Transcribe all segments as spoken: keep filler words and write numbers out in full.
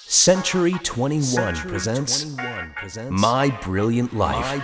Century twenty-one presents My Brilliant Life.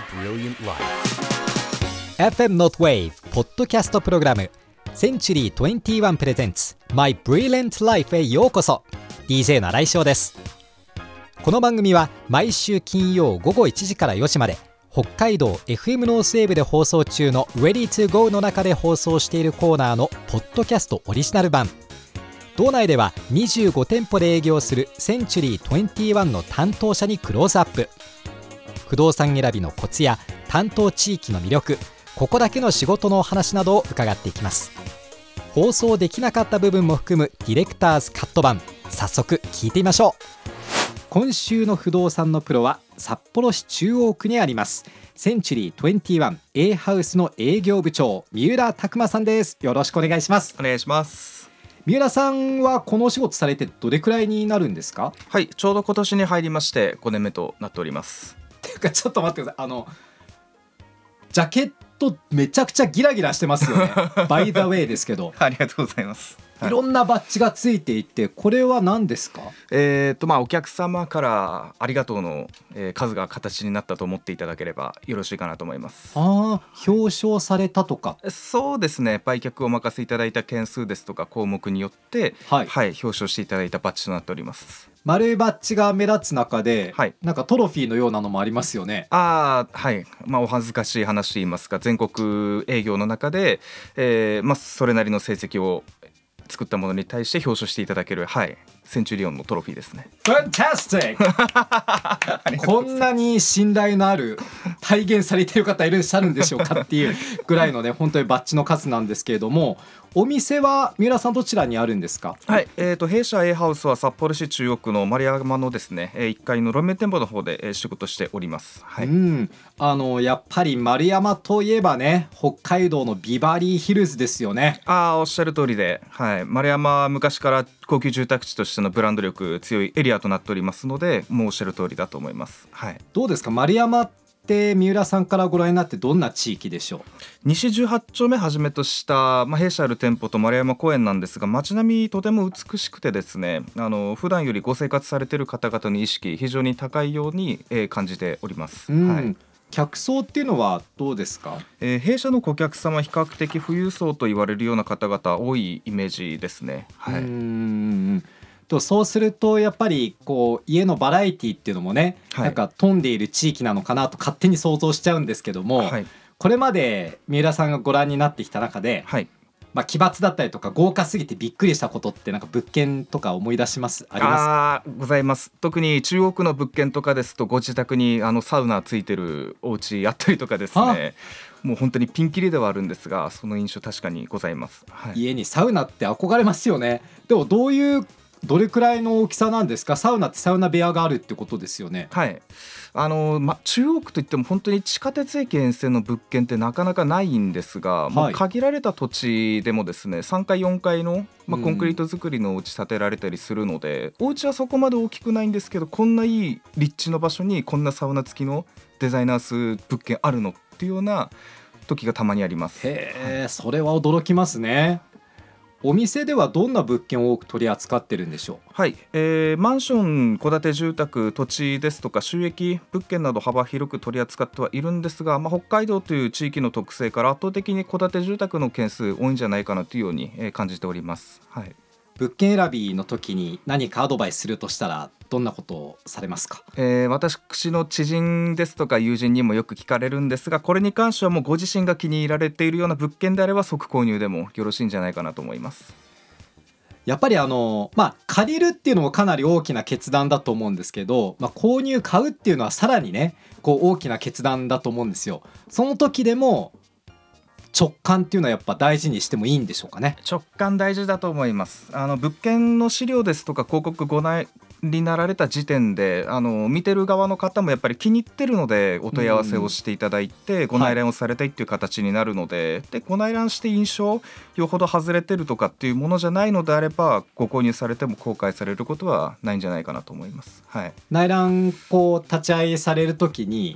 エフエム Notwave ポッドキャストプログラム Century トゥエンティワン presents My Brilliant Life へようこそ。 ディージェー の新井翔です。この番組は毎週金曜午後いちじからよじまで北海道 エフエム ノースウェーブで放送中の Ready to Go の中で放送しているコーナーのポッドキャストオリジナル版。道内ではにじゅうごてんぽで営業するセンチュリートゥエンティワンの担当者にクローズアップ。不動産選びのコツや担当地域の魅力、ここだけの仕事のお話などを伺っていきます。放送できなかった部分も含むディレクターズカット版、早速聞いてみましょう。今週の不動産のプロは札幌市中央区にありますセンチュリートゥエンティワン A ハウスの営業部長、三浦拓馬さんです。よろしくお願いします。 お願いします。 三浦さんはこのお仕事されてどれくらいになるんですか？ はい、ちょうど今年に入りましてごねんめとなっております。 ていうかちょっと待ってください、あのジャケットめちゃくちゃギラギラしてますよねバイザウェイですけどありがとうございます。 いろんなバッジがついていて、これは何ですか？ えーとまあ、お客様からありがとうの、えー数が形になったと思っていただければよろしいかなと思います。 あー、表彰されたとか。 そうですね、売却をお任せいただいた件数ですとか項目によって、 はいはい、表彰していただいたバッジとなっております。 丸いバッジが目立つ中で、 はい、 なんかトロフィーのようなのもありますよね。 あー、はい、まあ、お恥ずかしい話と言いますか、全国営業の中で、えーまあ、それなりの成績を作ったものに対して表彰していただける、はい、センチュリオンのトロフィーですね。 ファンタスティックこんなに信頼のある体現されている方いらっしゃるんでしょうかっていうぐらいのね本当にバッジの数なんですけれども、お店は三浦さんどちらにあるんですか？ はい、えー、と弊社 A ハウスは札幌市中央区の丸山のですねいっかいの路面店舗の方でえー仕事しております。はい、 うんあのやっぱり丸山といえばね、北海道のビバリーヒルズですよね。 あー、おっしゃる通りで、はい、丸山は昔から高級住宅地としてのブランド力強いエリアとなっておりますので、もうおっしゃる通りだと思います。はい、 どうですか、丸山って三浦さんからご覧になってどんな地域でしょう？ 西じゅうはち丁目はじめとした、まあ、弊社ある店舗と丸山公園なんですが、街並みとても美しくてですね、あの普段よりご生活されている方々の意識非常に高いように、えー感じております。 うん、 はい、 客層っていうのはどうですか？ えー弊社の顧客様は比較的富裕層と言われるような方々多いイメージですね。はい、 うーんとそうするとやっぱりこう家のバラエティっていうのもね、 はい、 なんか飛んでいる地域なのかなと勝手に想像しちゃうんですけども、 はい、 これまで三浦さんがご覧になってきた中で、 はい、 まあ、奇抜だったりとか豪華すぎてびっくりしたことってなんか物件とか思い出しますありますか？ あーございます。特に中央区の物件とかですと、ご自宅にあのサウナついてるお家あったりとかですね、もう本当にピンキリではあるんですが、その印象確かにございます。はい、 家にサウナって憧れますよね。でもどういうどれくらいの大きさなんですか？サウナってサウナ部屋があるってことですよね。 はい、あのま、中央区といっても本当に地下鉄駅沿線の物件ってなかなかないんですが、はい、もう限られた土地でもですねさんがいよんがいの、ま、コンクリート造りのお家建てられたりするので、うん、お家はそこまで大きくないんですけど、こんないい立地の場所にこんなサウナ付きのデザイナース物件あるのっていうような時がたまにあります。 へー、はい、それは驚きますね。お店ではどんな物件を多く取り扱ってるんでしょう？ はい、えー、マンション、戸建て住宅、土地ですとか収益物件など幅広く取り扱ってはいるんですが、まあ、北海道という地域の特性から圧倒的に戸建て住宅の件数多いんじゃないかなというように感じております。はい、 物件選びの時に何かアドバイスするとしたらどんなことをされますか？ えー、私の知人ですとか友人にもよく聞かれるんですが、これに関してはもうご自身が気に入られているような物件であれば即購入でもよろしいんじゃないかなと思います。 やっぱりあの、まあ、借りるっていうのもかなり大きな決断だと思うんですけど、まあ、購入買うっていうのはさらにねこう大きな決断だと思うんですよ。その時でも直感っていうのはやっぱ大事にしてもいいんでしょうかね？ 直感大事だと思います。あの物件の資料ですとか広告ご覧になられた時点で、あの見てる側の方もやっぱり気に入ってるのでお問い合わせをしていただいて、ご内覧をされたいっていう形になるので、はい、でご内覧して印象よほど外れてるとかっていうものじゃないのであれば、ご購入されても後悔されることはないんじゃないかなと思います。はい、 内覧こう立ち会いされる時に、 はい、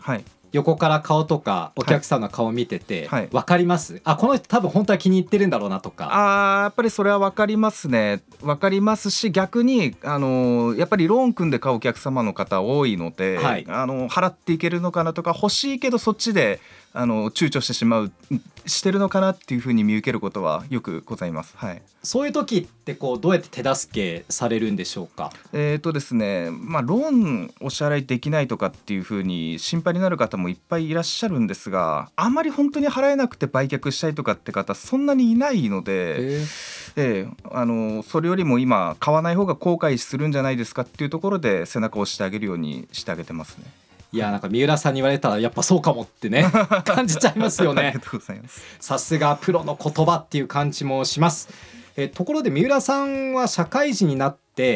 横から顔とかお客さんの顔を見てて、 はいはい、 分かります？あ、この人多分本当は気に入ってるんだろうなとか。 あ、やっぱりそれは分かりますね。分かりますし、逆にあのやっぱりローン組んで買うお客様の方多いので、はい、あの払っていけるのかなとか、欲しいけどそっちであの躊躇してしまうしてるのかなっていうふうに見受けることはよくございます、はい、 そういう時ってこうどうやって手助けされるんでしょうか？ えーとですねまあ、ローンお支払いできないとかっていうふうに心配になる方もいっぱいいらっしゃるんですが、あまり本当に払えなくて売却したいとかって方そんなにいないので、えー、あのそれよりも今買わない方が後悔するんじゃないですかっていうところで背中を押してあげるようにしてあげてますね。 いや、なんか三浦さんに言われたらやっぱそうかもってね感じちゃいますよね。 ありがとうございます。 さすがプロの言葉っていう感じもします。えところで三浦さんは社会人になって、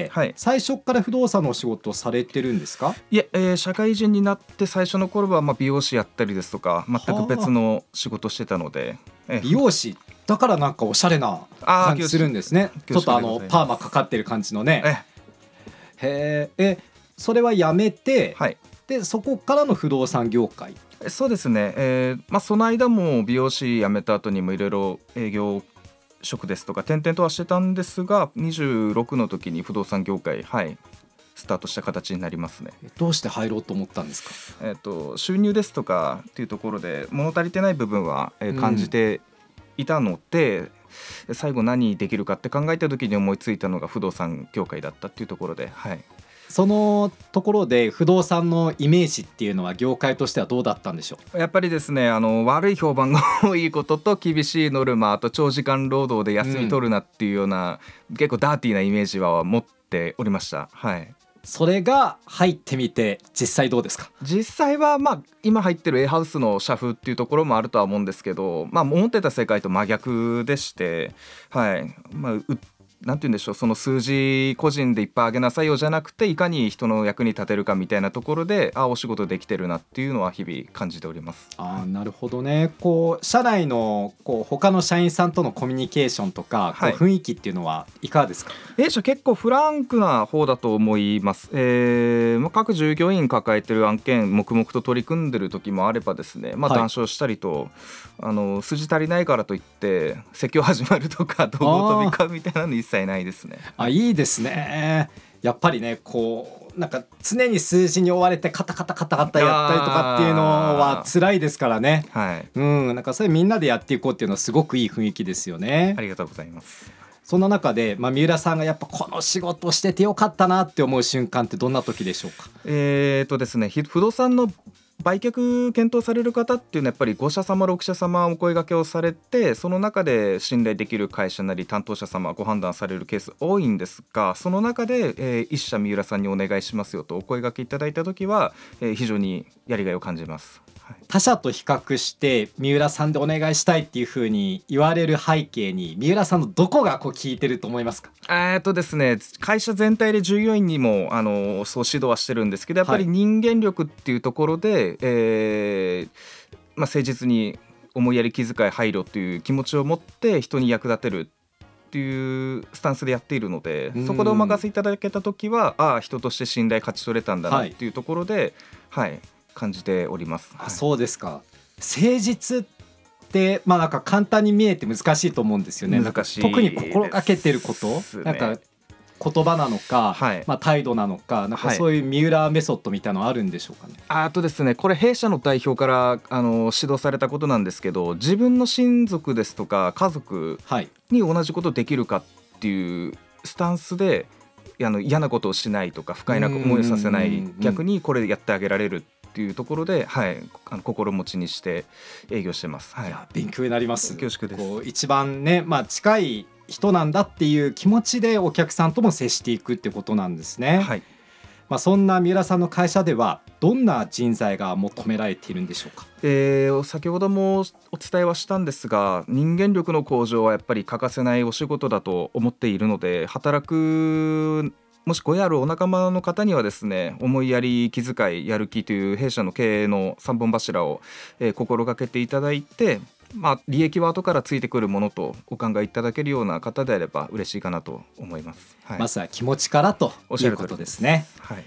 はい、最初から不動産のお仕事をされてるんですか？ いえ、えー、社会人になって最初の頃はまあ美容師やったりですとか全く別の仕事してたので、 えー、美容師だからなんかおしゃれな感じするんですね。ちょっとあのパーマかかってる感じのね。えへえ、それはやめて、はい、でそこからの不動産業界。 そうですね、えーまあ、その間も美容師辞めた後にもいろいろ営業職ですとか転々とはしてたんですが、にじゅうろくの時に不動産業界、はい、スタートした形になりますね。 どうして入ろうと思ったんですか？ えーと、収入ですとかっていうところで物足りてない部分は、えー、感じていたので、うん、最後何できるかって考えた時に思いついたのが不動産業界だったっていうところで、はい、 そのところで不動産のイメージっていうのは業界としてはどうだったんでしょう？やっぱりですね、あの悪い評判が多いことと厳しいノルマ、あと長時間労働で休み取るなっていうような、うん、結構ダーティーなイメージは持っておりました、はい、 それが入ってみて実際どうですか？ 実際はまあ今入ってる A ハウスの社風っていうところもあるとは思うんですけど、まあ、思ってた世界と真逆でして、はい、まあうなんて言うんでしょう、その数字個人でいっぱい上げなさいよじゃなくて、いかに人の役に立てるかみたいなところで、あ、お仕事できてるなっていうのは日々感じております。 あ、なるほどね。こう社内のこう他の社員さんとのコミュニケーションとか、はい、こう雰囲気っていうのはいかがですか？ 弊社結構フランクな方だと思います、えー、各従業員抱えてる案件黙々と取り組んでる時もあればですね、まあ、談笑したりと、はい、あの筋足りないからといって説教始まるとか怒号飛び交うみたいなの一切ないですね。 あ、いいですね。やっぱりね、こうなんか常に数字に追われてカタカタカタカタやったりとかっていうのは辛いですからね、はい、うん、なんかそれみんなでやっていこうっていうのはすごくいい雰囲気ですよね。 ありがとうございます。 そんな中で、まあ、三浦さんがやっぱこの仕事しててよかったなって思う瞬間ってどんな時でしょうか？ えーとですね、不動産の売却検討される方っていうのはやっぱりご社様ろく社様お声掛けをされて、その中で信頼できる会社なり担当者様ご判断されるケース多いんですが、その中で、えー、一社三浦さんにお願いしますよとお声掛けいただいた時は、えー、非常にやりがいを感じます。はい、 他社と比較して三浦さんでお願いしたいっていう風に言われる背景に三浦さんのどこがこう効いてると思いますか？ えーとですね、会社全体で従業員にもあのそう指導はしてるんですけど、やっぱり人間力っていうところで、はい、えーまあ、誠実に思いやり気遣い配慮という気持ちを持って人に役立てるっていうスタンスでやっているので、そこでお任せいただけた時は、ああ人として信頼勝ち取れたんだなっていうところで、はい、はい、感じております。 あ、そうですか。誠実ってまあなんか簡単に見えて難しいと思うんですよね。 難しいです。 特に心がけてること、なんか言葉なのか、はい、まあ、態度なのか、なんかそういう三浦メソッドみたいなのあるんでしょうかね。 はい、あとですね、これ弊社の代表からあの指導されたことなんですけど、自分の親族ですとか家族に同じことできるかっていうスタンスで、あの嫌なことをしないとか不快な思いをさせない、逆にこれやってあげられるっていうところで、はい、あの心持ちにして営業してます。はい、いや勉強になります。 恐縮です。 こう一番ね、まあ、近い人なんだっていう気持ちでお客さんとも接していくってことなんですね。はい、まあ、そんな三浦さんの会社ではどんな人材が求められているんでしょうか？ えー、先ほどもお伝えはしたんですが、人間力の向上はやっぱり欠かせないお仕事だと思っているので、働くもしごやるお仲間の方にはですね、思いやり気遣いやる気という弊社の経営のさんぼん柱を、えー、心がけていただいて、まあ、利益は後からついてくるものとお考えいただけるような方であれば嬉しいかなと思います。はい、 まずは気持ちからということですね。はい、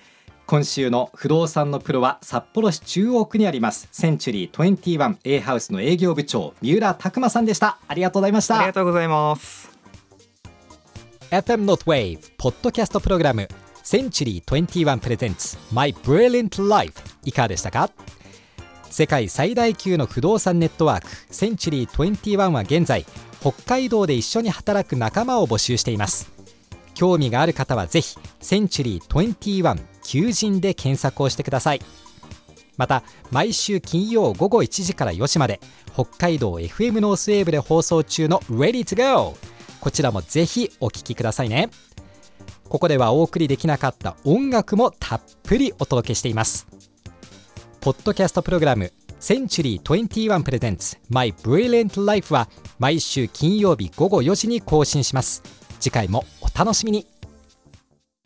今週の不動産のプロは札幌市中央区にありますセンチュリーにじゅういち A ハウスの営業部長三浦拓馬さんでした。ありがとうございました。 ありがとうございます。 エフエム ノートウェーブポッドキャストプログラムセンチュリーにじゅういちプレゼンツ My Brilliant Life いかがでしたか？世界最大級の不動産ネットワークセンチュリーにじゅういちは現在北海道で一緒に働く仲間を募集しています。興味がある方はぜひセンチュリーにじゅういち求人で検索をしてください。また毎週金曜午後いちじからよじまで北海道 エフエム ノースウェーブで放送中の Ready to Go、 こちらもぜひお聞きくださいね。ここではお送りできなかった音楽もたっぷりお届けしています。ポッドキャストプログラムセンチュリーにじゅういちプレゼンツ My Brilliant Life は毎週金曜日午後よじに更新します。次回もお楽しみに。